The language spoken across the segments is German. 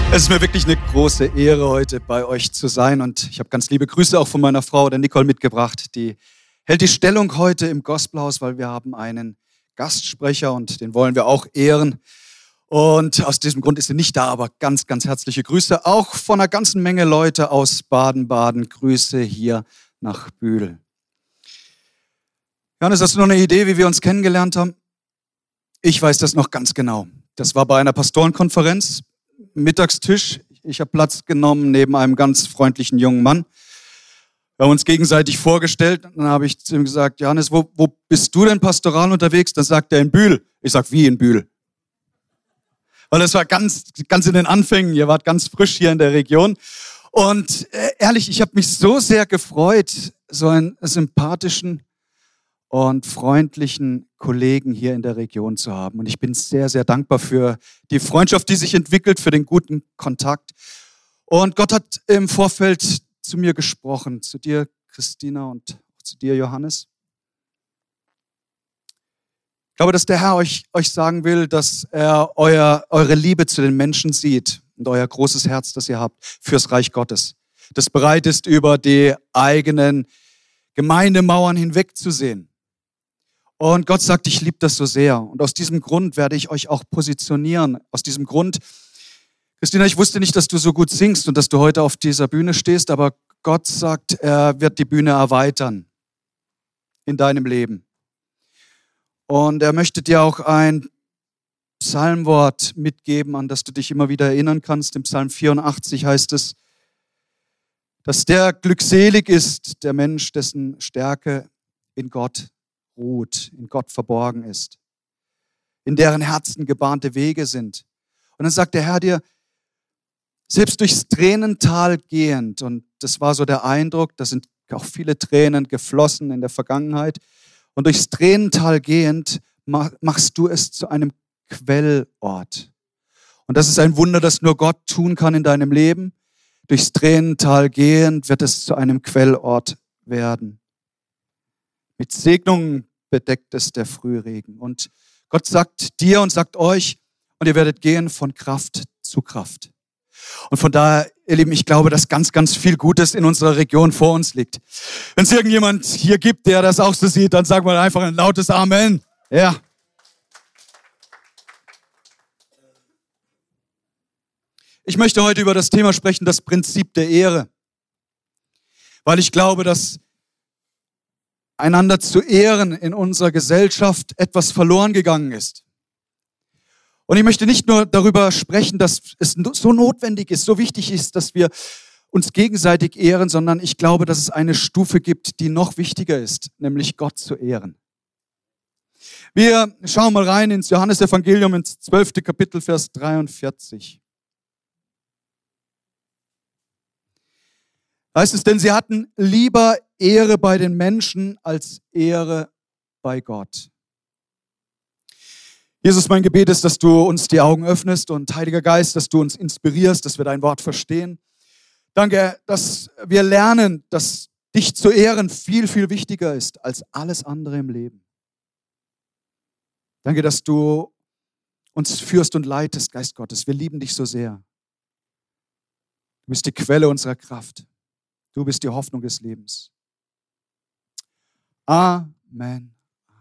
Es ist mir wirklich eine große Ehre, heute bei euch zu sein. Und ich habe ganz liebe Grüße auch von meiner Frau, der Nicole, mitgebracht. Die hält die Stellung heute im Gospelhaus, weil wir haben einen Gastsprecher und den wollen wir auch ehren. Und aus diesem Grund ist sie nicht da, aber ganz, ganz herzliche Grüße. Auch von einer ganzen Menge Leute aus Baden-Baden. Grüße hier nach Bühl. Johannes, hast du noch eine Idee, wie wir uns kennengelernt haben? Ich weiß das noch ganz genau. Das war bei einer Pastorenkonferenz. Mittagstisch. Ich habe Platz genommen neben einem ganz freundlichen jungen Mann. Wir haben uns gegenseitig vorgestellt. Dann habe ich zu ihm gesagt, Johannes, wo bist du denn pastoral unterwegs? Dann sagt er, in Bühl. Ich sage, wie in Bühl? Weil das war ganz in den Anfängen. Ihr wart ganz frisch hier in der Region. Und ehrlich, ich habe mich so sehr gefreut, so einen sympathischen und freundlichen Kollegen hier in der Region zu haben. Und ich bin sehr, sehr dankbar für die Freundschaft, die sich entwickelt, für den guten Kontakt. Und Gott hat im Vorfeld zu mir gesprochen, zu dir, Christina, und zu dir, Johannes. Ich glaube, dass der Herr euch sagen will, dass er eure Liebe zu den Menschen sieht und euer großes Herz, das ihr habt fürs Reich Gottes, das bereit ist, über die eigenen Gemeindemauern hinwegzusehen. Und Gott sagt, ich liebe das so sehr. Und aus diesem Grund werde ich euch auch positionieren. Aus diesem Grund, Christina, ich wusste nicht, dass du so gut singst und dass du heute auf dieser Bühne stehst, aber Gott sagt, er wird die Bühne erweitern in deinem Leben. Und er möchte dir auch ein Psalmwort mitgeben, an das du dich immer wieder erinnern kannst. Im Psalm 84 heißt es, dass der glückselig ist, der Mensch, dessen Stärke in Gott ruht, in Gott verborgen ist, in deren Herzen gebahnte Wege sind. Und dann sagt der Herr dir, selbst durchs Tränental gehend, und das war so der Eindruck, da sind auch viele Tränen geflossen in der Vergangenheit, und durchs Tränental gehend machst du es zu einem Quellort. Und das ist ein Wunder, das nur Gott tun kann in deinem Leben. Durchs Tränental gehend wird es zu einem Quellort werden. Mit Segnungen bedeckt es der Frühregen. Und Gott sagt dir und sagt euch, und ihr werdet gehen von Kraft zu Kraft. Und von daher, ihr Lieben, ich glaube, dass ganz, ganz viel Gutes in unserer Region vor uns liegt. Wenn es irgendjemand hier gibt, der das auch so sieht, dann sagen wir einfach ein lautes Amen. Ja. Ich möchte heute über das Thema sprechen, das Prinzip der Ehre. Weil ich glaube, dass einander zu ehren in unserer Gesellschaft etwas verloren gegangen ist. Und ich möchte nicht nur darüber sprechen, dass es so notwendig ist, so wichtig ist, dass wir uns gegenseitig ehren, sondern ich glaube, dass es eine Stufe gibt, die noch wichtiger ist, nämlich Gott zu ehren. Wir schauen mal rein ins Johannesevangelium, ins 12. Kapitel, Vers 43. Heißt es, denn sie hatten lieber Ehre bei den Menschen als Ehre bei Gott. Jesus, mein Gebet ist, dass du uns die Augen öffnest und Heiliger Geist, dass du uns inspirierst, dass wir dein Wort verstehen. Danke, dass wir lernen, dass dich zu ehren viel, viel wichtiger ist als alles andere im Leben. Danke, dass du uns führst und leitest, Geist Gottes. Wir lieben dich so sehr. Du bist die Quelle unserer Kraft. Du bist die Hoffnung des Lebens. Amen.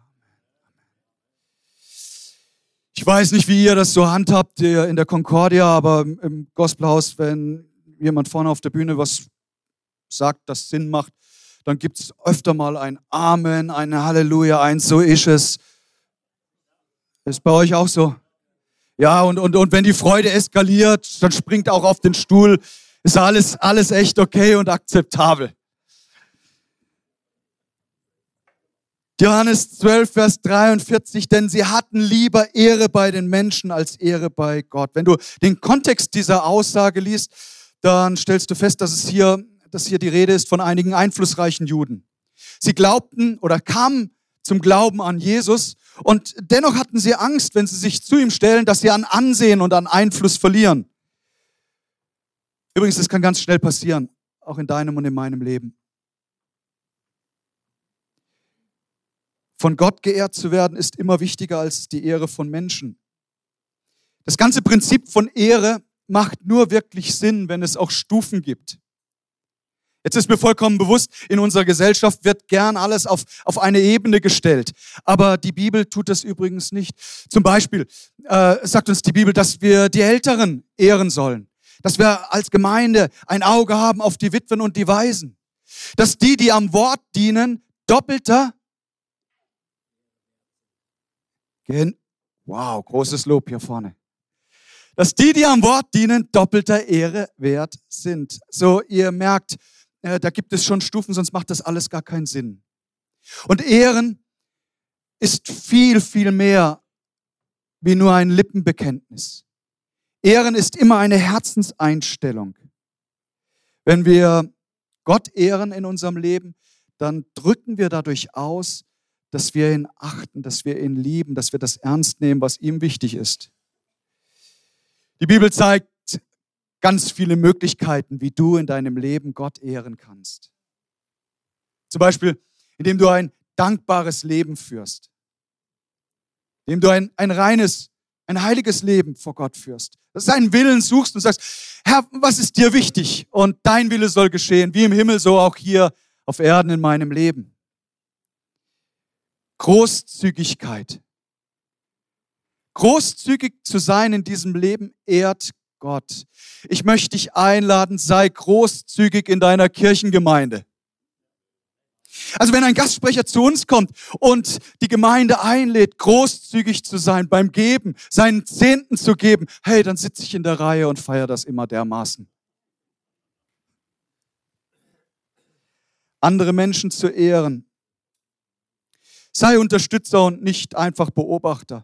Ich weiß nicht, wie ihr das so handhabt in der Concordia, aber im Gospelhaus, wenn jemand vorne auf der Bühne was sagt, das Sinn macht, dann gibt es öfter mal ein Amen, ein Halleluja, ein So ist es. Ist bei euch auch so? Ja, und wenn die Freude eskaliert, dann springt auch auf den Stuhl. Ist alles echt okay und akzeptabel. Johannes 12, Vers 43, denn sie hatten lieber Ehre bei den Menschen als Ehre bei Gott. Wenn du den Kontext dieser Aussage liest, dann stellst du fest, dass hier die Rede ist von einigen einflussreichen Juden. Sie glaubten oder kamen zum Glauben an Jesus und dennoch hatten sie Angst, wenn sie sich zu ihm stellen, dass sie an Ansehen und an Einfluss verlieren. Übrigens, das kann ganz schnell passieren, auch in deinem und in meinem Leben. Von Gott geehrt zu werden, ist immer wichtiger als die Ehre von Menschen. Das ganze Prinzip von Ehre macht nur wirklich Sinn, wenn es auch Stufen gibt. Jetzt ist mir vollkommen bewusst, in unserer Gesellschaft wird gern alles auf eine Ebene gestellt. Aber die Bibel tut das übrigens nicht. Zum Beispiel sagt uns die Bibel, dass wir die Älteren ehren sollen. Dass wir als Gemeinde ein Auge haben auf die Witwen und die Waisen. Dass die am Wort dienen, doppelter... Wow, großes Lob hier vorne. Dass die am Wort dienen, doppelter Ehre wert sind. So, ihr merkt, da gibt es schon Stufen, sonst macht das alles gar keinen Sinn. Und Ehren ist viel, viel mehr wie nur ein Lippenbekenntnis. Ehren ist immer eine Herzenseinstellung. Wenn wir Gott ehren in unserem Leben, dann drücken wir dadurch aus, dass wir ihn achten, dass wir ihn lieben, dass wir das ernst nehmen, was ihm wichtig ist. Die Bibel zeigt ganz viele Möglichkeiten, wie du in deinem Leben Gott ehren kannst. Zum Beispiel, indem du ein dankbares Leben führst. Indem du ein reines, ein heiliges Leben vor Gott führst. Dass du seinen Willen suchst und sagst, Herr, was ist dir wichtig? Und dein Wille soll geschehen, wie im Himmel, so auch hier auf Erden in meinem Leben. Großzügigkeit. Großzügig zu sein in diesem Leben ehrt Gott. Ich möchte dich einladen, sei großzügig in deiner Kirchengemeinde. Also wenn ein Gastsprecher zu uns kommt und die Gemeinde einlädt, großzügig zu sein beim Geben, seinen Zehnten zu geben, hey, dann sitze ich in der Reihe und feiere das immer dermaßen. Andere Menschen zu ehren. Sei Unterstützer und nicht einfach Beobachter.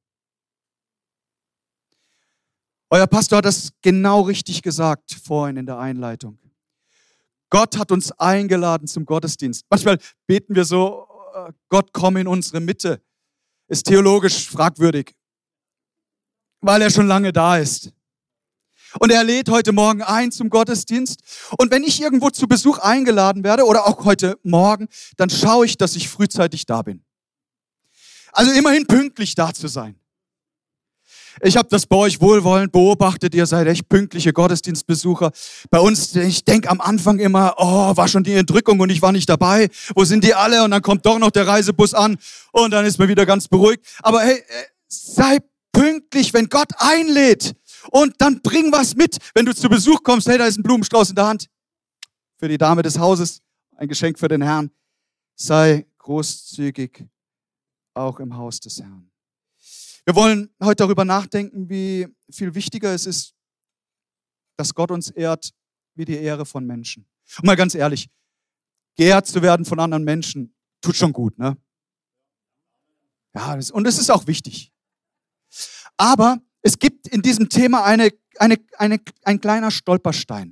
Euer Pastor hat das genau richtig gesagt vorhin in der Einleitung. Gott hat uns eingeladen zum Gottesdienst. Manchmal beten wir so, Gott, komm in unsere Mitte. Ist theologisch fragwürdig, weil er schon lange da ist. Und er lädt heute Morgen ein zum Gottesdienst. Und wenn ich irgendwo zu Besuch eingeladen werde oder auch heute Morgen, dann schaue ich, dass ich frühzeitig da bin. Also immerhin pünktlich da zu sein. Ich habe das bei euch wohlwollend beobachtet, ihr seid echt pünktliche Gottesdienstbesucher. Bei uns, ich denke am Anfang immer, oh, war schon die Entrückung und ich war nicht dabei. Wo sind die alle? Und dann kommt doch noch der Reisebus an und dann ist man wieder ganz beruhigt. Aber hey, sei pünktlich, wenn Gott einlädt und dann bring was mit. Wenn du zu Besuch kommst, hey, da ist ein Blumenstrauß in der Hand. Für die Dame des Hauses, ein Geschenk für den Herrn. Sei großzügig, auch im Haus des Herrn. Wir wollen heute darüber nachdenken, wie viel wichtiger es ist, dass Gott uns ehrt, wie die Ehre von Menschen. Und mal ganz ehrlich, geehrt zu werden von anderen Menschen, tut schon gut, ne? Ja, und es ist auch wichtig. Aber es gibt in diesem Thema ein kleiner Stolperstein.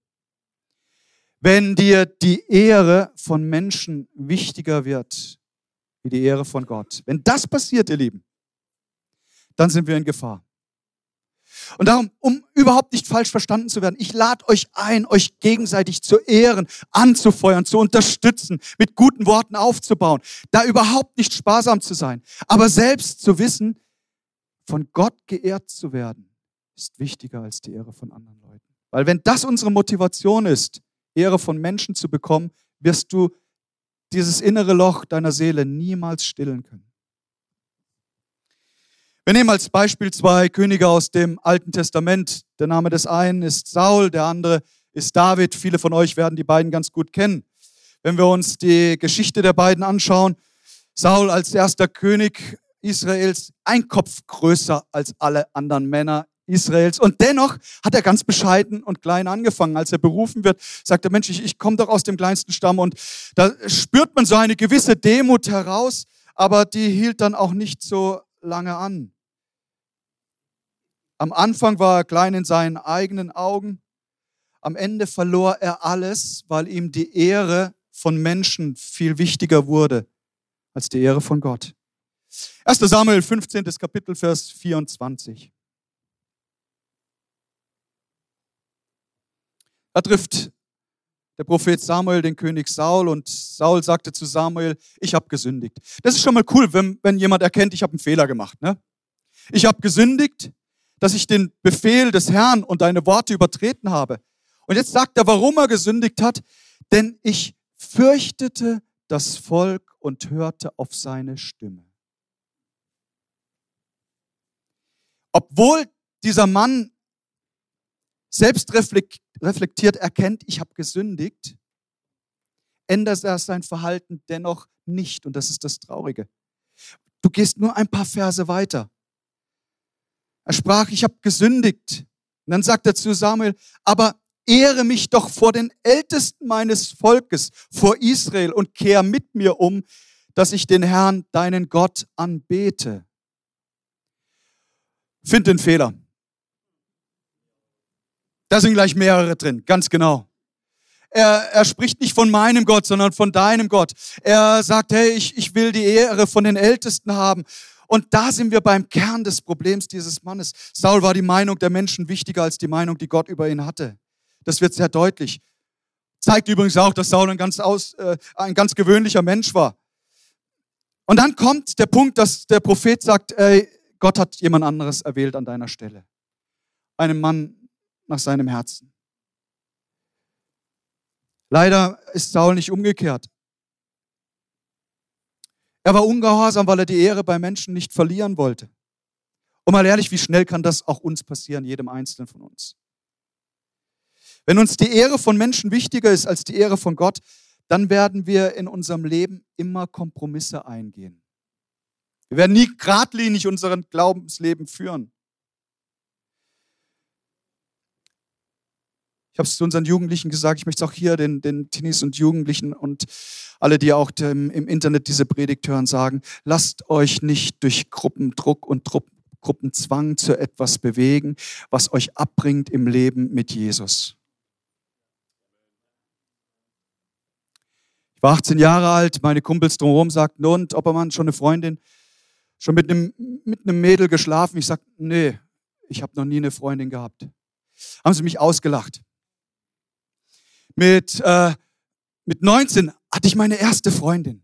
Wenn dir die Ehre von Menschen wichtiger wird, wie die Ehre von Gott. Wenn das passiert, ihr Lieben, dann sind wir in Gefahr. Und darum, um überhaupt nicht falsch verstanden zu werden, ich lade euch ein, euch gegenseitig zu ehren, anzufeuern, zu unterstützen, mit guten Worten aufzubauen, da überhaupt nicht sparsam zu sein. Aber selbst zu wissen, von Gott geehrt zu werden, ist wichtiger als die Ehre von anderen Leuten. Weil wenn das unsere Motivation ist, Ehre von Menschen zu bekommen, wirst du dieses innere Loch deiner Seele niemals stillen können. Wir nehmen als Beispiel 2 Könige aus dem Alten Testament. Der Name des einen ist Saul, der andere ist David. Viele von euch werden die beiden ganz gut kennen. Wenn wir uns die Geschichte der beiden anschauen, Saul als erster König Israels, ein Kopf größer als alle anderen Männer Israels. Und dennoch hat er ganz bescheiden und klein angefangen. Als er berufen wird, sagt er, Mensch, ich komme doch aus dem kleinsten Stamm. Und da spürt man so eine gewisse Demut heraus, aber die hielt dann auch nicht so lange an. Am Anfang war er klein in seinen eigenen Augen. Am Ende verlor er alles, weil ihm die Ehre von Menschen viel wichtiger wurde als die Ehre von Gott. 1. Samuel, 15. Kapitel, Vers 24. Da trifft der Prophet Samuel den König Saul und Saul sagte zu Samuel, ich habe gesündigt. Das ist schon mal cool, wenn jemand erkennt, ich habe einen Fehler gemacht. Ne? Ich habe gesündigt. dass ich den Befehl des Herrn und deine Worte übertreten habe. Und jetzt sagt er, warum er gesündigt hat. Denn ich fürchtete das Volk und hörte auf seine Stimme. Obwohl dieser Mann selbst reflektiert erkennt, ich habe gesündigt, ändert er sein Verhalten dennoch nicht. Und das ist das Traurige. Du gehst nur ein paar Verse weiter. Er sprach, ich habe gesündigt. Und dann sagt er zu Samuel, aber ehre mich doch vor den Ältesten meines Volkes, vor Israel, und kehr mit mir um, dass ich den Herrn, deinen Gott, anbete. Find den Fehler. Da sind gleich mehrere drin, ganz genau. Er spricht nicht von meinem Gott, sondern von deinem Gott. Er sagt, hey, ich will die Ehre von den Ältesten haben. Und da sind wir beim Kern des Problems dieses Mannes. Saul war die Meinung der Menschen wichtiger als die Meinung, die Gott über ihn hatte. Das wird sehr deutlich. Zeigt übrigens auch, dass Saul ein ganz gewöhnlicher Mensch war. Und dann kommt der Punkt, dass der Prophet sagt, ey, Gott hat jemand anderes erwählt an deiner Stelle. Einen Mann nach seinem Herzen. Leider ist Saul nicht umgekehrt. Er war ungehorsam, weil er die Ehre bei Menschen nicht verlieren wollte. Und mal ehrlich, wie schnell kann das auch uns passieren, jedem Einzelnen von uns? Wenn uns die Ehre von Menschen wichtiger ist als die Ehre von Gott, dann werden wir in unserem Leben immer Kompromisse eingehen. Wir werden nie geradlinig unseren Glaubensleben führen. Ich habe es zu unseren Jugendlichen gesagt, ich möchte es auch hier den Teenies und Jugendlichen und alle, die auch im Internet diese Predigt hören, sagen, lasst euch nicht durch Gruppendruck und Gruppenzwang zu etwas bewegen, was euch abbringt im Leben mit Jesus. Ich war 18 Jahre alt, meine Kumpels drumherum sagten, und Oppermann, schon eine Freundin, schon mit einem Mädel geschlafen? Ich sagte, nee, ich habe noch nie eine Freundin gehabt. Haben sie mich ausgelacht. Mit 19 hatte ich meine erste Freundin.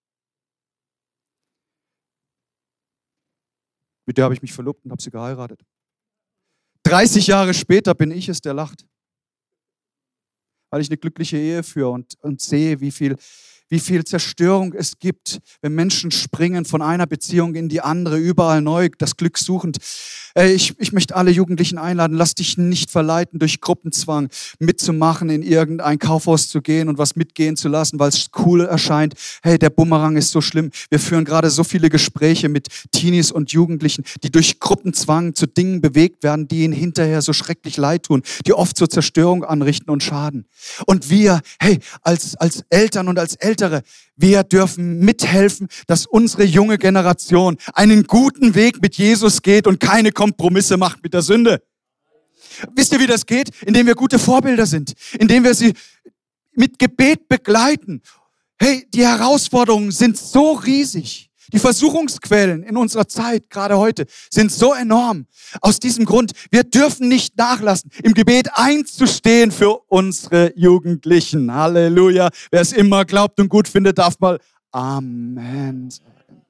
Mit der habe ich mich verlobt und habe sie geheiratet. 30 Jahre später bin ich es, der lacht. Weil ich eine glückliche Ehe führe und sehe, wie viel Zerstörung es gibt, wenn Menschen springen von einer Beziehung in die andere, überall neu, das Glück suchend. Ich möchte alle Jugendlichen einladen, lass dich nicht verleiten, durch Gruppenzwang mitzumachen, in irgendein Kaufhaus zu gehen und was mitgehen zu lassen, weil es cool erscheint. Hey, der Bumerang ist so schlimm. Wir führen gerade so viele Gespräche mit Teenies und Jugendlichen, die durch Gruppenzwang zu Dingen bewegt werden, die ihnen hinterher so schrecklich leid tun, die oft zur Zerstörung anrichten und schaden. Und wir, hey, als Eltern und als Ältere, wir dürfen mithelfen, dass unsere junge Generation einen guten Weg mit Jesus geht und keine Kompromisse macht mit der Sünde. Wisst ihr, wie das geht? Indem wir gute Vorbilder sind, indem wir sie mit Gebet begleiten. Hey, die Herausforderungen sind so riesig. Die Versuchungsquellen in unserer Zeit, gerade heute, sind so enorm. Aus diesem Grund, wir dürfen nicht nachlassen, im Gebet einzustehen für unsere Jugendlichen. Halleluja. Wer es immer glaubt und gut findet, darf mal Amen sagen.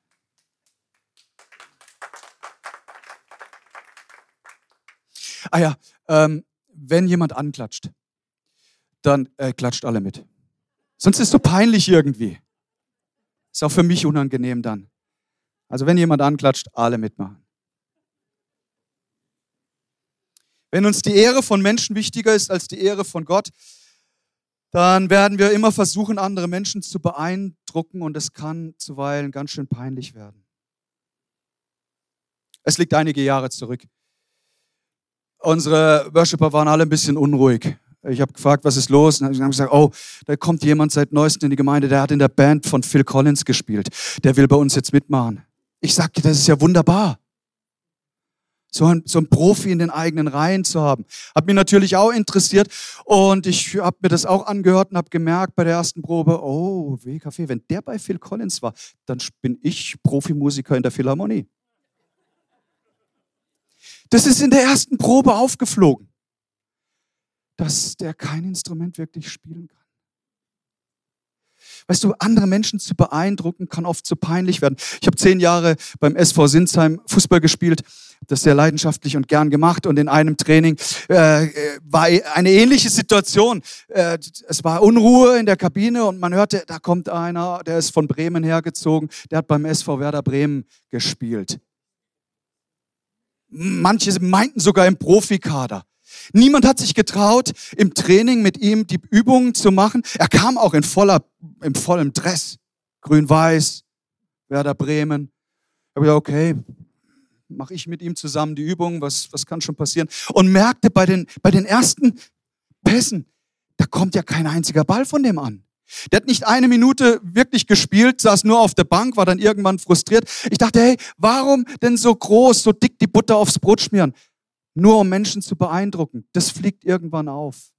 Wenn jemand anklatscht, dann klatscht alle mit. Sonst ist es so peinlich irgendwie. Ist auch für mich unangenehm dann. Also wenn jemand anklatscht, alle mitmachen. Wenn uns die Ehre von Menschen wichtiger ist als die Ehre von Gott, dann werden wir immer versuchen, andere Menschen zu beeindrucken und es kann zuweilen ganz schön peinlich werden. Es liegt einige Jahre zurück. Unsere Worshipper waren alle ein bisschen unruhig. Ich habe gefragt, was ist los? Und dann haben sie gesagt, oh, da kommt jemand seit Neuestem in die Gemeinde, der hat in der Band von Phil Collins gespielt. Der will bei uns jetzt mitmachen. Ich sagte, das ist ja wunderbar. So ein Profi in den eigenen Reihen zu haben. Hat mich natürlich auch interessiert und ich habe mir das auch angehört und habe gemerkt bei der ersten Probe, oh, WKF, wenn der bei Phil Collins war, dann bin ich Profimusiker in der Philharmonie. Das ist in der ersten Probe aufgeflogen, dass der kein Instrument wirklich spielen kann. Weißt du, andere Menschen zu beeindrucken, kann oft so peinlich werden. Ich habe 10 Jahre beim SV Sinsheim Fußball gespielt, das sehr leidenschaftlich und gern gemacht. Und in einem Training war eine ähnliche Situation. Es war Unruhe in der Kabine und man hörte, da kommt einer, der ist von Bremen hergezogen, der hat beim SV Werder Bremen gespielt. Manche meinten sogar im Profikader. Niemand hat sich getraut, im Training mit ihm die Übungen zu machen. Er kam auch im vollen Dress. Grün-Weiß, Werder Bremen. Ich habe gesagt, okay, mache ich mit ihm zusammen die Übungen, was kann schon passieren? Und merkte bei den ersten Pässen, da kommt ja kein einziger Ball von dem an. Der hat nicht eine Minute wirklich gespielt, saß nur auf der Bank, war dann irgendwann frustriert. Ich dachte, hey, warum denn so groß, so dick die Butter aufs Brot schmieren? Nur um Menschen zu beeindrucken. Das fliegt irgendwann auf.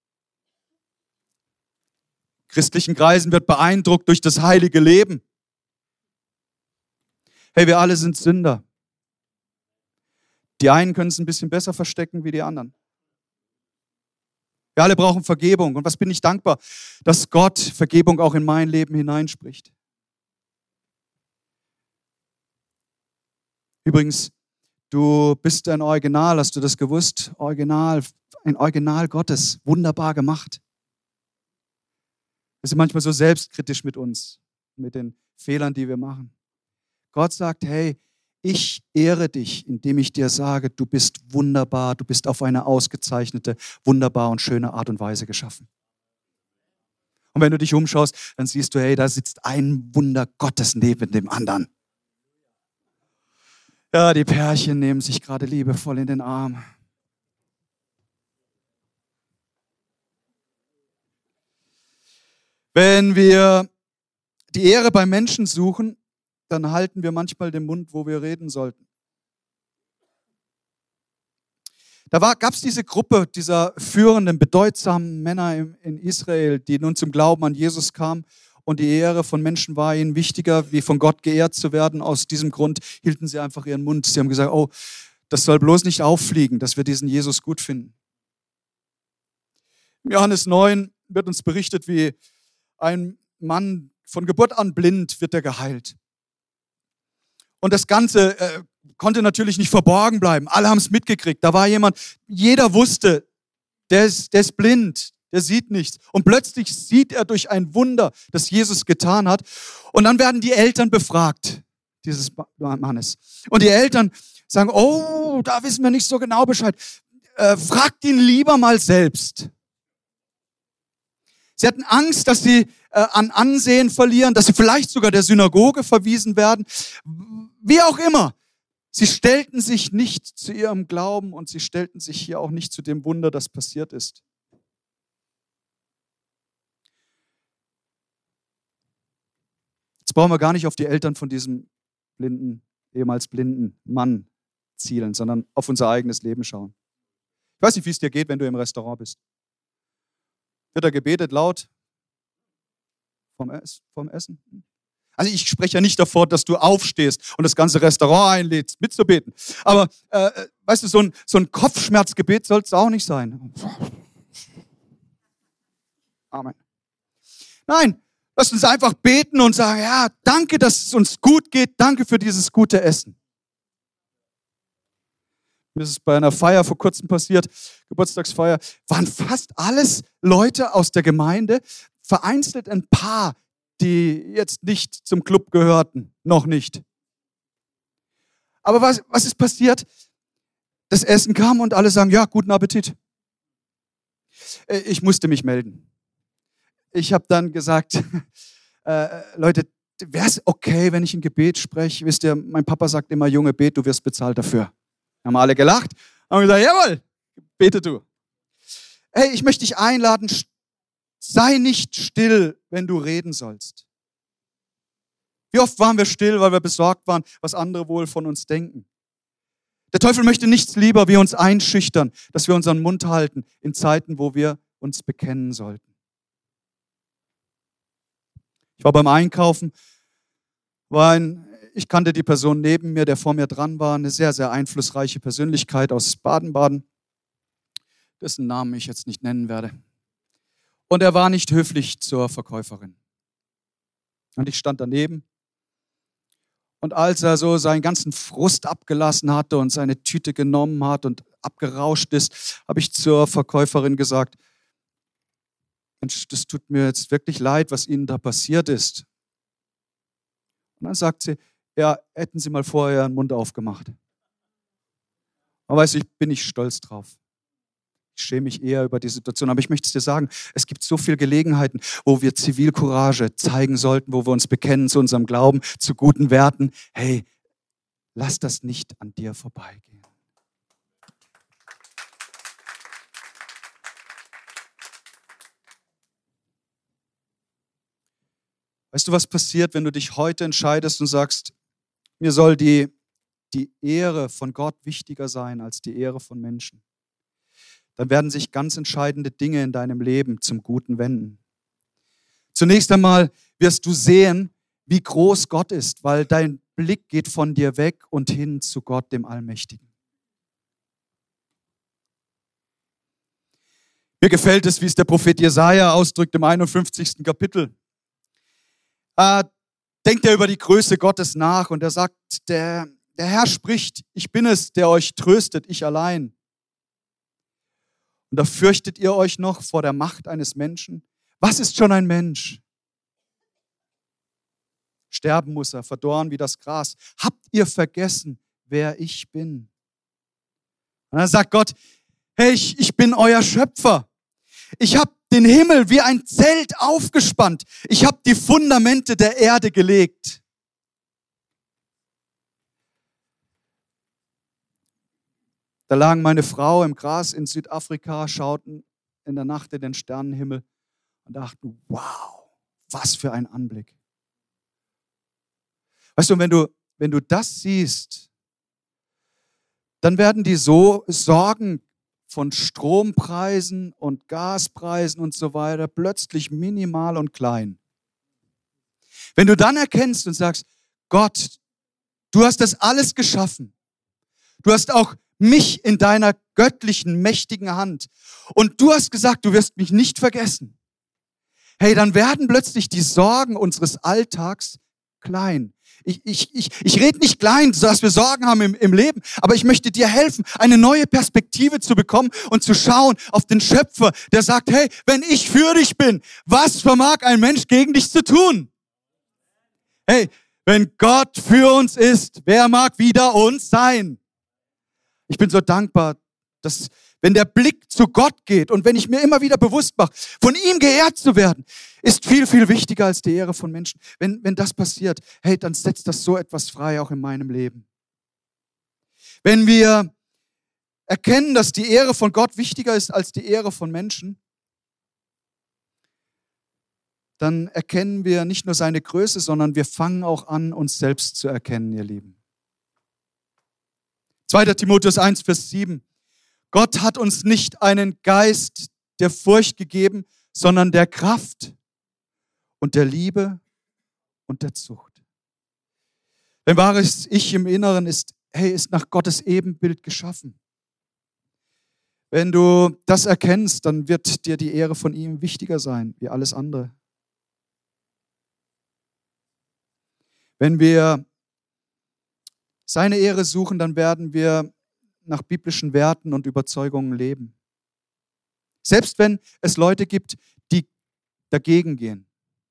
Christlichen Kreisen wird beeindruckt durch das heilige Leben. Hey, wir alle sind Sünder. Die einen können es ein bisschen besser verstecken wie die anderen. Wir alle brauchen Vergebung. Und was bin ich dankbar, dass Gott Vergebung auch in mein Leben hineinspricht. Übrigens, du bist ein Original, hast du das gewusst? Ein Original Gottes, wunderbar gemacht. Wir sind manchmal so selbstkritisch mit uns, mit den Fehlern, die wir machen. Gott sagt, hey, ich ehre dich, indem ich dir sage, du bist wunderbar, du bist auf eine ausgezeichnete, wunderbar und schöne Art und Weise geschaffen. Und wenn du dich umschaust, dann siehst du, hey, da sitzt ein Wunder Gottes neben dem anderen. Ja, die Pärchen nehmen sich gerade liebevoll in den Arm. Wenn wir die Ehre bei Menschen suchen, dann halten wir manchmal den Mund, wo wir reden sollten. Da gab es diese Gruppe dieser führenden, bedeutsamen Männer in Israel, die nun zum Glauben an Jesus kamen. Und die Ehre von Menschen war ihnen wichtiger, wie von Gott geehrt zu werden. Aus diesem Grund hielten sie einfach ihren Mund. Sie haben gesagt, oh, das soll bloß nicht auffliegen, dass wir diesen Jesus gut finden. Im Johannes 9 wird uns berichtet, wie ein Mann von Geburt an blind wird er geheilt. Und das Ganze konnte natürlich nicht verborgen bleiben. Alle haben es mitgekriegt. Da war jemand, jeder wusste, der ist blind, der sieht nichts. Und plötzlich sieht er durch ein Wunder, das Jesus getan hat. Und dann werden die Eltern befragt, dieses Mannes. Und die Eltern sagen, oh, da wissen wir nicht so genau Bescheid. Fragt ihn lieber mal selbst. Sie hatten Angst, dass sie an Ansehen verlieren, dass sie vielleicht sogar der Synagoge verwiesen werden. Wie auch immer. Sie stellten sich nicht zu ihrem Glauben und sie stellten sich hier auch nicht zu dem Wunder, das passiert ist. Jetzt brauchen wir gar nicht auf die Eltern von diesem ehemals blinden Mann zielen, sondern auf unser eigenes Leben schauen. Ich weiß nicht, wie es dir geht, wenn du im Restaurant bist. Wird da gebetet laut vom Essen? Also ich spreche ja nicht davor, dass du aufstehst und das ganze Restaurant einlädst, mitzubeten. Aber weißt du, so ein Kopfschmerzgebet soll es auch nicht sein. Amen. Nein, lass uns einfach beten und sagen, ja, danke, dass es uns gut geht. Danke für dieses gute Essen. Mir ist es bei einer Feier vor kurzem passiert, Geburtstagsfeier, waren fast alles Leute aus der Gemeinde, vereinzelt ein paar, die jetzt nicht zum Club gehörten, noch nicht. Aber was ist passiert? Das Essen kam und alle sagen, ja, guten Appetit. Ich musste mich melden. Ich habe dann gesagt, Leute, wäre es okay, wenn ich ein Gebet spreche? Wisst ihr, mein Papa sagt immer, Junge, bet, du wirst bezahlt dafür. Haben alle gelacht, haben gesagt, jawohl, bete du. Hey, ich möchte dich einladen, sei nicht still, wenn du reden sollst. Wie oft waren wir still, weil wir besorgt waren, was andere wohl von uns denken. Der Teufel möchte nichts lieber, wie uns einschüchtern, dass wir unseren Mund halten in Zeiten, wo wir uns bekennen sollten. Ich war beim Einkaufen, ich kannte die Person neben mir, der vor mir dran war, eine sehr, sehr einflussreiche Persönlichkeit aus Baden-Baden, dessen Namen ich jetzt nicht nennen werde. Und er war nicht höflich zur Verkäuferin. Und ich stand daneben. Und als er so seinen ganzen Frust abgelassen hatte und seine Tüte genommen hat und abgerauscht ist, habe ich zur Verkäuferin gesagt, Mensch, das tut mir jetzt wirklich leid, was Ihnen da passiert ist. Und dann sagt sie, ja, hätten Sie mal vorher Ihren Mund aufgemacht. Und weißt du, ich bin nicht stolz drauf. Ich schäme mich eher über die Situation. Aber ich möchte es dir sagen, es gibt so viele Gelegenheiten, wo wir Zivilcourage zeigen sollten, wo wir uns bekennen zu unserem Glauben, zu guten Werten. Hey, lass das nicht an dir vorbeigehen. Weißt du, was passiert, wenn du dich heute entscheidest und sagst, mir soll die Ehre von Gott wichtiger sein als die Ehre von Menschen? Dann werden sich ganz entscheidende Dinge in deinem Leben zum Guten wenden. Zunächst einmal wirst du sehen, wie groß Gott ist, weil dein Blick geht von dir weg und hin zu Gott, dem Allmächtigen. Mir gefällt es, wie es der Prophet Jesaja ausdrückt im 51. Kapitel. Denkt er über die Größe Gottes nach und er sagt, der Herr spricht, ich bin es, der euch tröstet, ich allein. Und da fürchtet ihr euch noch vor der Macht eines Menschen? Was ist schon ein Mensch? Sterben muss er, verdorren wie das Gras. Habt ihr vergessen, wer ich bin? Und dann sagt Gott, hey, ich bin euer Schöpfer. Ich habe den Himmel wie ein Zelt aufgespannt. Ich habe die Fundamente der Erde gelegt. Da lagen meine Frau im Gras in Südafrika, schauten in der Nacht in den Sternenhimmel und dachten, wow, was für ein Anblick. Weißt du, wenn du das siehst, dann werden die Sorgen von Strompreisen und Gaspreisen und so weiter plötzlich minimal und klein. Wenn du dann erkennst und sagst, Gott, du hast das alles geschaffen. Du hast auch mich in deiner göttlichen, mächtigen Hand. Und du hast gesagt, du wirst mich nicht vergessen. Hey, dann werden plötzlich die Sorgen unseres Alltags klein. Ich rede nicht klein, dass wir Sorgen haben im Leben, aber ich möchte dir helfen, eine neue Perspektive zu bekommen und zu schauen auf den Schöpfer, der sagt, hey, wenn ich für dich bin, was vermag ein Mensch gegen dich zu tun? Hey, wenn Gott für uns ist, wer mag wider uns sein? Ich bin so dankbar, dass wenn der Blick zu Gott geht und wenn ich mir immer wieder bewusst mache, von ihm geehrt zu werden, ist viel, viel wichtiger als die Ehre von Menschen. Wenn das passiert, hey, dann setzt das so etwas frei, auch in meinem Leben. Wenn wir erkennen, dass die Ehre von Gott wichtiger ist als die Ehre von Menschen, dann erkennen wir nicht nur seine Größe, sondern wir fangen auch an, uns selbst zu erkennen, ihr Lieben. 2. Timotheus 1, Vers 7. Gott hat uns nicht einen Geist der Furcht gegeben, sondern der Kraft und der Liebe und der Zucht. Denn wahres Ich im Inneren ist nach Gottes Ebenbild geschaffen. Wenn du das erkennst, dann wird dir die Ehre von ihm wichtiger sein, wie alles andere. Wenn wir seine Ehre suchen, dann werden wir nach biblischen Werten und Überzeugungen leben. Selbst wenn es Leute gibt, die dagegen gehen.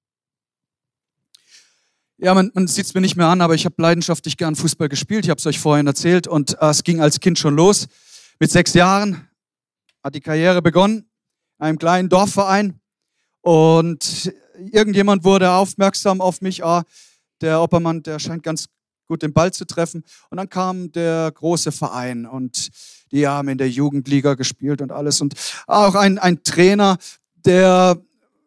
Ja, man sieht es mir nicht mehr an, aber ich habe leidenschaftlich gern Fußball gespielt. Ich habe es euch vorhin erzählt und es ging als Kind schon los. Mit 6 Jahren hat die Karriere begonnen, in einem kleinen Dorfverein. Und irgendjemand wurde aufmerksam auf mich. Der Oppermann, der scheint ganz gut den Ball zu treffen. Und dann kam der große Verein und die haben in der Jugendliga gespielt und alles. Und auch ein Trainer, der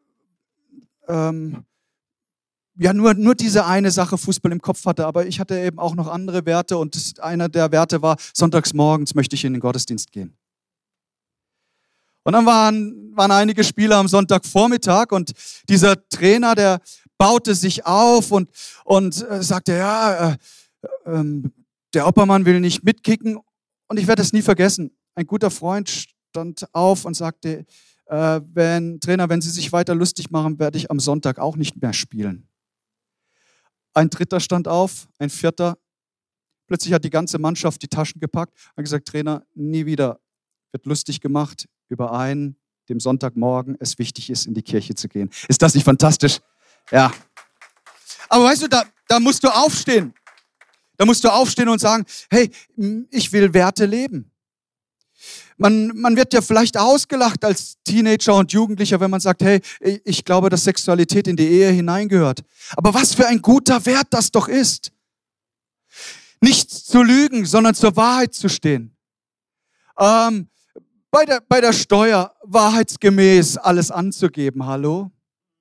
nur diese eine Sache Fußball im Kopf hatte. Aber ich hatte eben auch noch andere Werte und einer der Werte war, sonntags morgens möchte ich in den Gottesdienst gehen. Und dann waren einige Spieler am Sonntagvormittag und dieser Trainer, der baute sich auf und sagte, der Oppermann will nicht mitkicken. Und ich werde es nie vergessen. Ein guter Freund stand auf und sagte, wenn Sie sich weiter lustig machen, werde ich am Sonntag auch nicht mehr spielen. Ein dritter stand auf, ein vierter. Plötzlich hat die ganze Mannschaft die Taschen gepackt und hat gesagt, Trainer, nie wieder wird lustig gemacht über einen, dem Sonntagmorgen es wichtig ist, in die Kirche zu gehen. Ist das nicht fantastisch? Ja. Aber weißt du, da musst du aufstehen. Da musst du aufstehen und sagen, hey, ich will Werte leben. Man wird ja vielleicht ausgelacht als Teenager und Jugendlicher, wenn man sagt, hey, ich glaube, dass Sexualität in die Ehe hineingehört. Aber was für ein guter Wert das doch ist. Nicht zu lügen, sondern zur Wahrheit zu stehen. Bei der Steuer wahrheitsgemäß alles anzugeben. Hallo?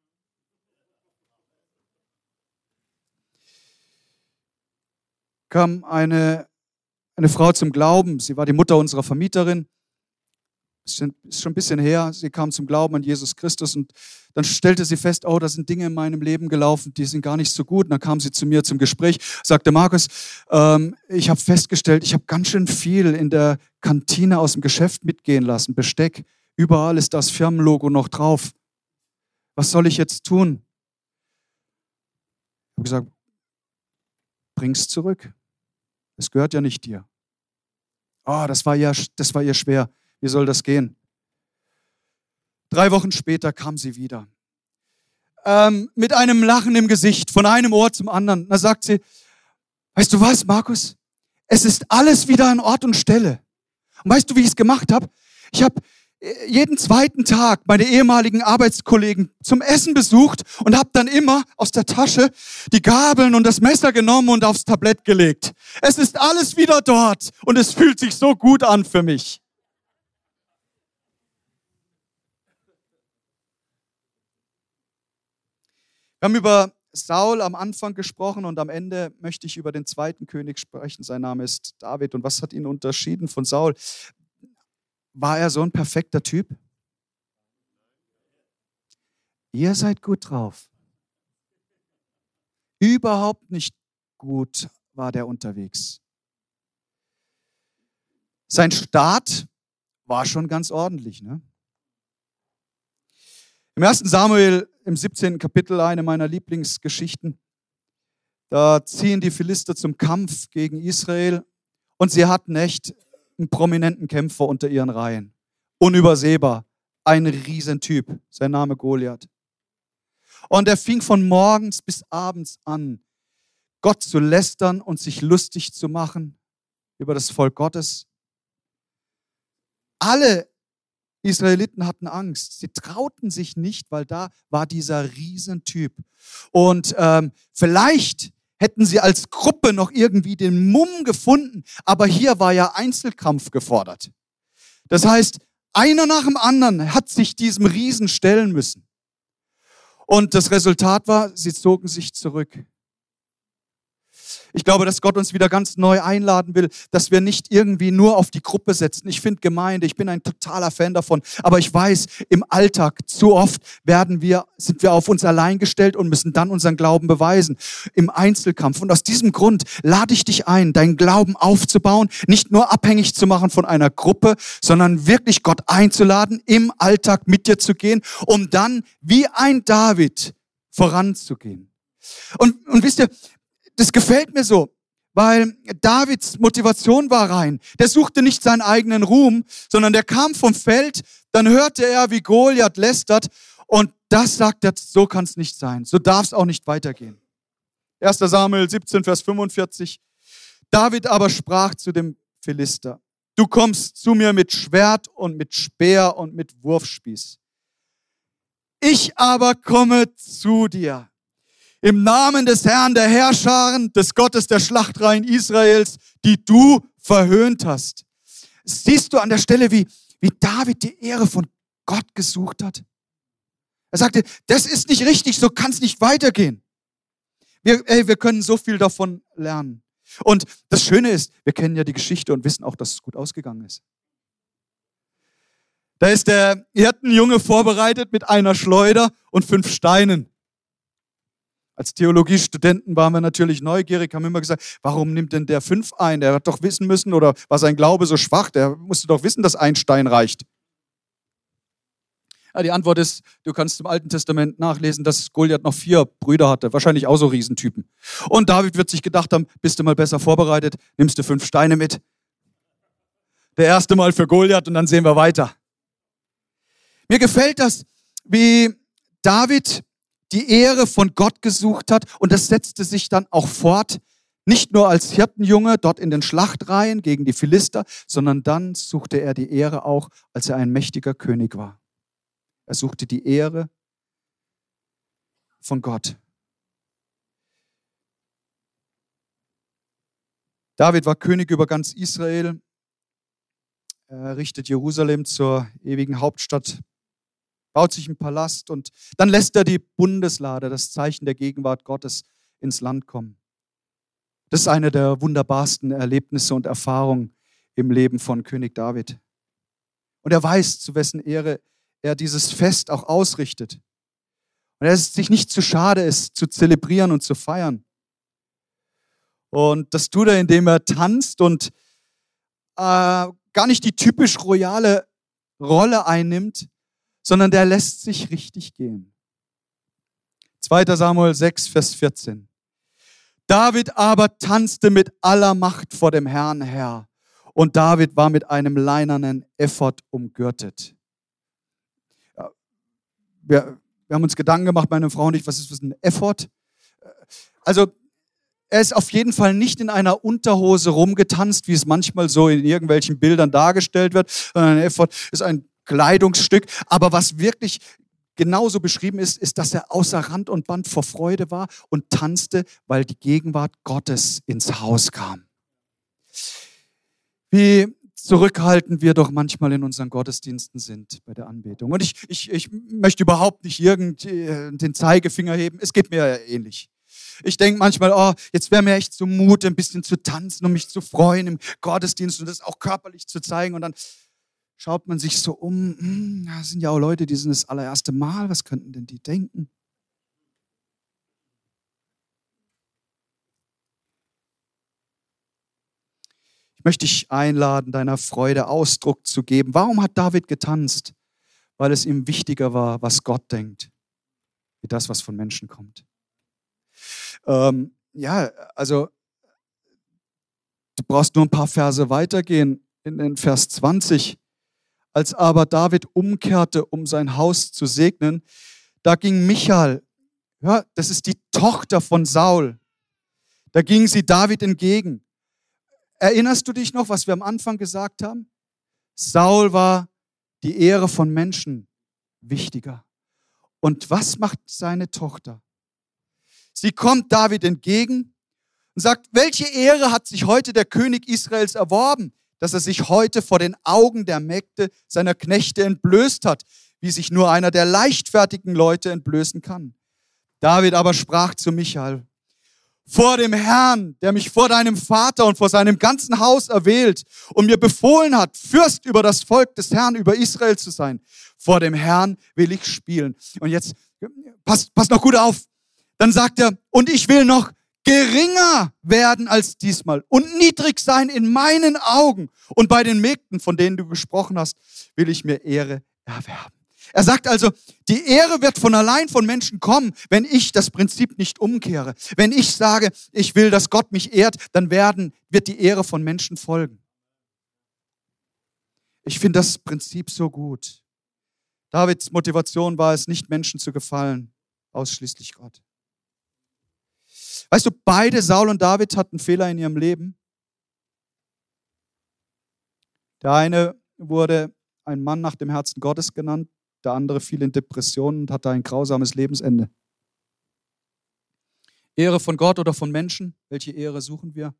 Kam eine Frau zum Glauben. Sie war die Mutter unserer Vermieterin. Ist schon ein bisschen her. Sie kam zum Glauben an Jesus Christus und dann stellte sie fest, oh, da sind Dinge in meinem Leben gelaufen, die sind gar nicht so gut. Und dann kam sie zu mir zum Gespräch, sagte, Markus, ich habe festgestellt, ich habe ganz schön viel in der Kantine aus dem Geschäft mitgehen lassen. Besteck, überall ist das Firmenlogo noch drauf. Was soll ich jetzt tun? Ich habe gesagt, bring's zurück. Es gehört ja nicht dir. Oh, das war ihr schwer. Wie soll das gehen? 3 Wochen später kam sie wieder. Mit einem Lachen im Gesicht, von einem Ohr zum anderen. Da sagt sie, weißt du was, Markus? Es ist alles wieder an Ort und Stelle. Und weißt du, wie ich es gemacht habe? Ich habe jeden zweiten Tag meine ehemaligen Arbeitskollegen zum Essen besucht und habe dann immer aus der Tasche die Gabeln und das Messer genommen und aufs Tablett gelegt. Es ist alles wieder dort und es fühlt sich so gut an für mich. Wir haben über Saul am Anfang gesprochen und am Ende möchte ich über den zweiten König sprechen. Sein Name ist David. Und was hat ihn unterschieden von Saul? War er so ein perfekter Typ? Ihr seid gut drauf. Überhaupt nicht gut war der unterwegs. Sein Start war schon ganz ordentlich, ne? Im 1. Samuel, im 17. Kapitel, eine meiner Lieblingsgeschichten, da ziehen die Philister zum Kampf gegen Israel und sie hatten echt einen prominenten Kämpfer unter ihren Reihen. Unübersehbar, ein Riesentyp, sein Name Goliath. Und er fing von morgens bis abends an, Gott zu lästern und sich lustig zu machen über das Volk Gottes. Alle Israeliten hatten Angst. Sie trauten sich nicht, weil da war dieser Riesentyp. Und vielleicht hätten sie als Gruppe noch irgendwie den Mumm gefunden, aber hier war ja Einzelkampf gefordert. Das heißt, einer nach dem anderen hat sich diesem Riesen stellen müssen. Und das Resultat war, sie zogen sich zurück. Ich glaube, dass Gott uns wieder ganz neu einladen will, dass wir nicht irgendwie nur auf die Gruppe setzen. Ich finde Gemeinde, ich bin ein totaler Fan davon. Aber ich weiß, im Alltag zu oft sind wir auf uns allein gestellt und müssen dann unseren Glauben beweisen. Im Einzelkampf. Und aus diesem Grund lade ich dich ein, deinen Glauben aufzubauen, nicht nur abhängig zu machen von einer Gruppe, sondern wirklich Gott einzuladen, im Alltag mit dir zu gehen, um dann wie ein David voranzugehen. Und wisst ihr, das gefällt mir so, weil Davids Motivation war rein. Der suchte nicht seinen eigenen Ruhm, sondern der kam vom Feld, dann hörte er, wie Goliath lästert und das sagt er, so kann es nicht sein, so darf es auch nicht weitergehen. 1. Samuel 17, Vers 45. David aber sprach zu dem Philister, du kommst zu mir mit Schwert und mit Speer und mit Wurfspieß. Ich aber komme zu dir. Im Namen des Herrn der Heerscharen, des Gottes der Schlachtreihen Israels, die du verhöhnt hast. Siehst du an der Stelle, wie David die Ehre von Gott gesucht hat? Er sagte, das ist nicht richtig, so kann es nicht weitergehen. Wir können so viel davon lernen. Und das Schöne ist, wir kennen ja die Geschichte und wissen auch, dass es gut ausgegangen ist. Da ist der Hirtenjunge vorbereitet mit einer Schleuder und 5 Steinen. Als Theologiestudenten waren wir natürlich neugierig, haben immer gesagt, warum nimmt denn der 5 ein? Der hat doch wissen müssen, oder war sein Glaube so schwach? Der musste doch wissen, dass ein Stein reicht. Ja, die Antwort ist, du kannst im Alten Testament nachlesen, dass Goliath noch 4 Brüder hatte, wahrscheinlich auch so Riesentypen. Und David wird sich gedacht haben, bist du mal besser vorbereitet, nimmst du 5 Steine mit. Der erste Mal für Goliath und dann sehen wir weiter. Mir gefällt das, wie David die Ehre von Gott gesucht hat und das setzte sich dann auch fort, nicht nur als Hirtenjunge dort in den Schlachtreihen gegen die Philister, sondern dann suchte er die Ehre auch, als er ein mächtiger König war. Er suchte die Ehre von Gott. David war König über ganz Israel. Er richtet Jerusalem zur ewigen Hauptstadt, baut sich einen Palast und dann lässt er die Bundeslade, das Zeichen der Gegenwart Gottes, ins Land kommen. Das ist eine der wunderbarsten Erlebnisse und Erfahrungen im Leben von König David. Und er weiß, zu wessen Ehre er dieses Fest auch ausrichtet. Und er ist sich nicht zu schade ist, zu zelebrieren und zu feiern. Und das tut er, indem er tanzt und gar nicht die typisch royale Rolle einnimmt, sondern der lässt sich richtig gehen. 2. Samuel 6, Vers 14. David aber tanzte mit aller Macht vor dem Herrn her. Und David war mit einem leinenen Ephod umgürtet. Ja, wir haben uns Gedanken gemacht, meine Frau und ich, was ist ein Ephod? Also, er ist auf jeden Fall nicht in einer Unterhose rumgetanzt, wie es manchmal so in irgendwelchen Bildern dargestellt wird. Ein Ephod ist ein Kleidungsstück. Aber was wirklich genauso beschrieben ist, ist, dass er außer Rand und Band vor Freude war und tanzte, weil die Gegenwart Gottes ins Haus kam. Wie zurückhaltend wir doch manchmal in unseren Gottesdiensten sind bei der Anbetung. Und ich möchte überhaupt nicht den Zeigefinger heben. Es geht mir ähnlich. Ich denke manchmal, oh, jetzt wäre mir echt zumute, ein bisschen zu tanzen und mich zu freuen im Gottesdienst und das auch körperlich zu zeigen. Und dann schaut man sich so um, da sind ja auch Leute, die sind das allererste Mal, was könnten denn die denken? Ich möchte dich einladen, deiner Freude Ausdruck zu geben. Warum hat David getanzt? Weil es ihm wichtiger war, was Gott denkt, wie das, was von Menschen kommt. Also du brauchst nur ein paar Verse weitergehen in den Vers 20. Als aber David umkehrte, um sein Haus zu segnen, da ging Michal, ja, das ist die Tochter von Saul, da ging sie David entgegen. Erinnerst du dich noch, was wir am Anfang gesagt haben? Saul war die Ehre von Menschen wichtiger. Und was macht seine Tochter? Sie kommt David entgegen und sagt, welche Ehre hat sich heute der König Israels erworben, dass er sich heute vor den Augen der Mägde seiner Knechte entblößt hat, wie sich nur einer der leichtfertigen Leute entblößen kann. David aber sprach zu Michal, vor dem Herrn, der mich vor deinem Vater und vor seinem ganzen Haus erwählt und mir befohlen hat, Fürst über das Volk des Herrn, über Israel zu sein, vor dem Herrn will ich spielen. Und jetzt, passt noch gut auf. Dann sagt er, und ich will noch geringer werden als diesmal und niedrig sein in meinen Augen. Und bei den Mägden, von denen du gesprochen hast, will ich mir Ehre erwerben. Er sagt also, die Ehre wird von allein von Menschen kommen, wenn ich das Prinzip nicht umkehre. Wenn ich sage, ich will, dass Gott mich ehrt, dann wird die Ehre von Menschen folgen. Ich finde das Prinzip so gut. Davids Motivation war es, nicht Menschen zu gefallen, ausschließlich Gott. Weißt du, beide, Saul und David, hatten Fehler in ihrem Leben. Der eine wurde ein Mann nach dem Herzen Gottes genannt, der andere fiel in Depressionen und hatte ein grausames Lebensende. Ehre von Gott oder von Menschen? Welche Ehre suchen wir?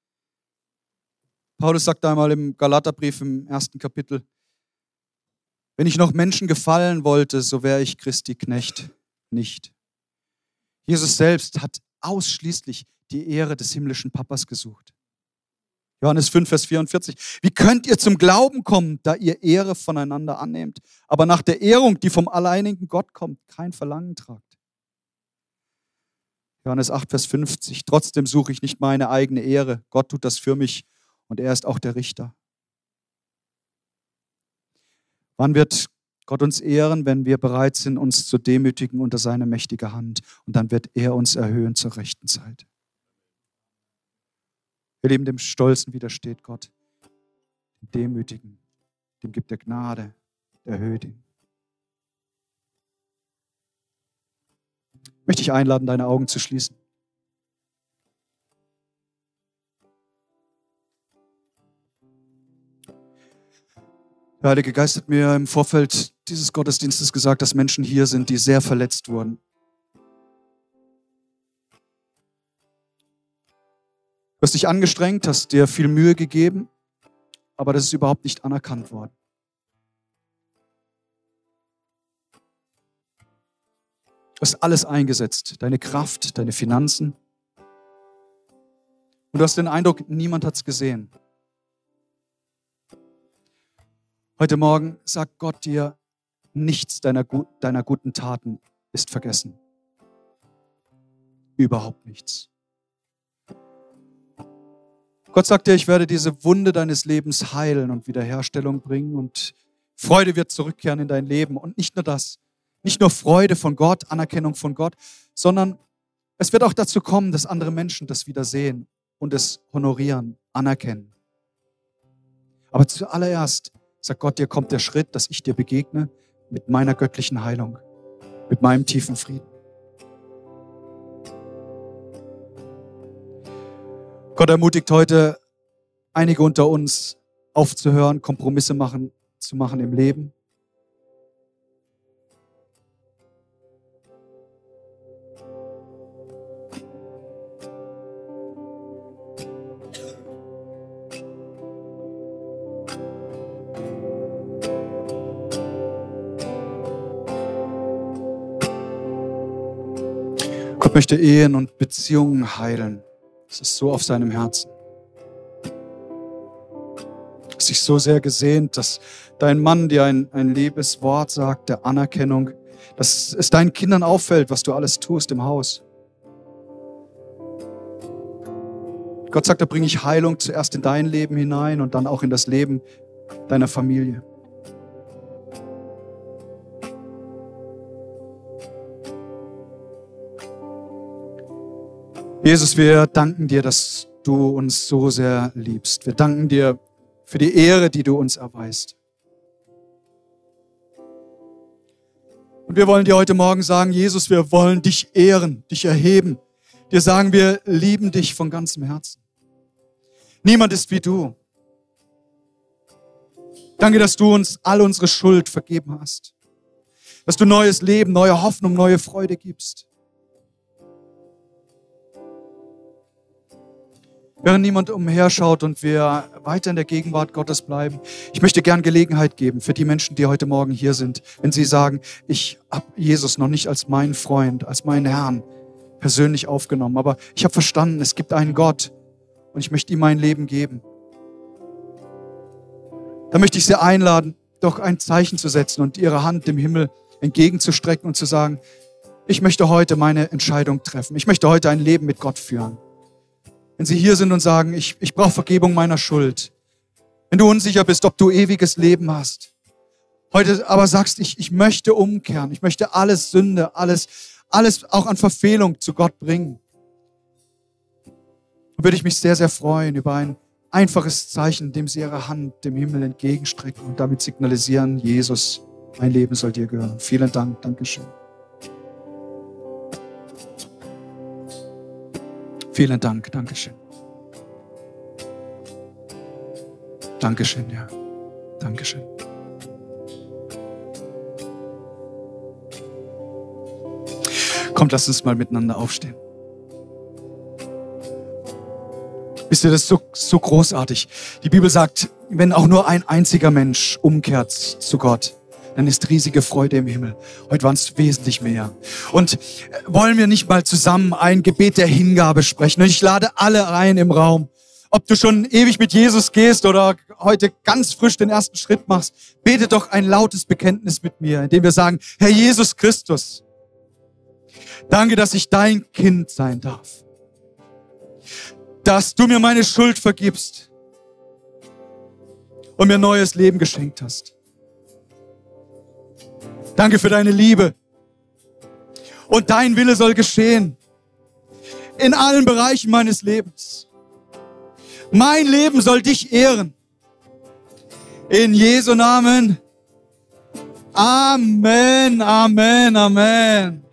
Paulus sagt einmal im Galaterbrief im 1. Kapitel, wenn ich noch Menschen gefallen wollte, so wäre ich Christi Knecht nicht. Jesus selbst hat ausschließlich die Ehre des himmlischen Papas gesucht. Johannes 5, Vers 44. Wie könnt ihr zum Glauben kommen, da ihr Ehre voneinander annehmt, aber nach der Ehrung, die vom alleinigen Gott kommt, kein Verlangen tragt? Johannes 8, Vers 50. Trotzdem suche ich nicht meine eigene Ehre. Gott tut das für mich und er ist auch der Richter. Wann wird Gott uns ehren, wenn wir bereit sind, uns zu demütigen unter seine mächtige Hand. Und dann wird er uns erhöhen zur rechten Zeit. Ihr Lieben, dem Stolzen widersteht Gott. Dem Demütigen, dem gibt er Gnade, erhöht ihn. Ich möchte dich einladen, deine Augen zu schließen. Der Heilige Geist hat mir im Vorfeld dieses Gottesdienstes gesagt, dass Menschen hier sind, die sehr verletzt wurden. Du hast dich angestrengt, hast dir viel Mühe gegeben, aber das ist überhaupt nicht anerkannt worden. Du hast alles eingesetzt, deine Kraft, deine Finanzen. Und du hast den Eindruck, niemand hat es gesehen. Heute Morgen sagt Gott dir, nichts deiner guten Taten ist vergessen. Überhaupt nichts. Gott sagt dir, ich werde diese Wunde deines Lebens heilen und Wiederherstellung bringen und Freude wird zurückkehren in dein Leben. Und nicht nur das, nicht nur Freude von Gott, Anerkennung von Gott, sondern es wird auch dazu kommen, dass andere Menschen das wieder sehen und es honorieren, anerkennen. Aber zuallererst sagt Gott, dir kommt der Schritt, dass ich dir begegne mit meiner göttlichen Heilung, mit meinem tiefen Frieden. Gott ermutigt heute einige unter uns aufzuhören, Kompromisse zu machen im Leben. Gott möchte Ehen und Beziehungen heilen. Es ist so auf seinem Herzen. Es ist sich so sehr gesehnt, dass dein Mann dir ein liebes Wort sagt, der Anerkennung, dass es deinen Kindern auffällt, was du alles tust im Haus. Gott sagt, da bringe ich Heilung zuerst in dein Leben hinein und dann auch in das Leben deiner Familie. Jesus, wir danken dir, dass du uns so sehr liebst. Wir danken dir für die Ehre, die du uns erweist. Und wir wollen dir heute Morgen sagen, Jesus, wir wollen dich ehren, dich erheben. Dir sagen, wir lieben dich von ganzem Herzen. Niemand ist wie du. Danke, dass du uns all unsere Schuld vergeben hast. Dass du neues Leben, neue Hoffnung, neue Freude gibst. Während niemand umherschaut und wir weiter in der Gegenwart Gottes bleiben, ich möchte gern Gelegenheit geben für die Menschen, die heute Morgen hier sind, wenn sie sagen, ich habe Jesus noch nicht als meinen Freund, als meinen Herrn persönlich aufgenommen, aber ich habe verstanden, es gibt einen Gott und ich möchte ihm mein Leben geben. Da möchte ich sie einladen, doch ein Zeichen zu setzen und ihre Hand dem Himmel entgegenzustrecken und zu sagen, ich möchte heute meine Entscheidung treffen. Ich möchte heute ein Leben mit Gott führen. Wenn Sie hier sind und sagen, ich brauche Vergebung meiner Schuld. Wenn du unsicher bist, ob du ewiges Leben hast. Heute aber sagst, ich möchte umkehren. Ich möchte alles Sünde, alles auch an Verfehlung zu Gott bringen. Dann würde ich mich sehr, sehr freuen über ein einfaches Zeichen, indem Sie Ihre Hand dem Himmel entgegenstrecken und damit signalisieren, Jesus, mein Leben soll dir gehören. Vielen Dank, Dankeschön. Vielen Dank, Dankeschön. Dankeschön, ja. Dankeschön. Kommt, lasst uns mal miteinander aufstehen. Wisst ihr, das ist so großartig. Die Bibel sagt, wenn auch nur ein einziger Mensch umkehrt zu Gott, dann ist riesige Freude im Himmel. Heute waren es wesentlich mehr. Und wollen wir nicht mal zusammen ein Gebet der Hingabe sprechen? Und ich lade alle ein im Raum. Ob du schon ewig mit Jesus gehst oder heute ganz frisch den ersten Schritt machst, bete doch ein lautes Bekenntnis mit mir, indem wir sagen, Herr Jesus Christus, danke, dass ich dein Kind sein darf. Dass du mir meine Schuld vergibst und mir neues Leben geschenkt hast. Danke für deine Liebe. Und dein Wille soll geschehen. In allen Bereichen meines Lebens. Mein Leben soll dich ehren. In Jesu Namen. Amen, Amen, Amen.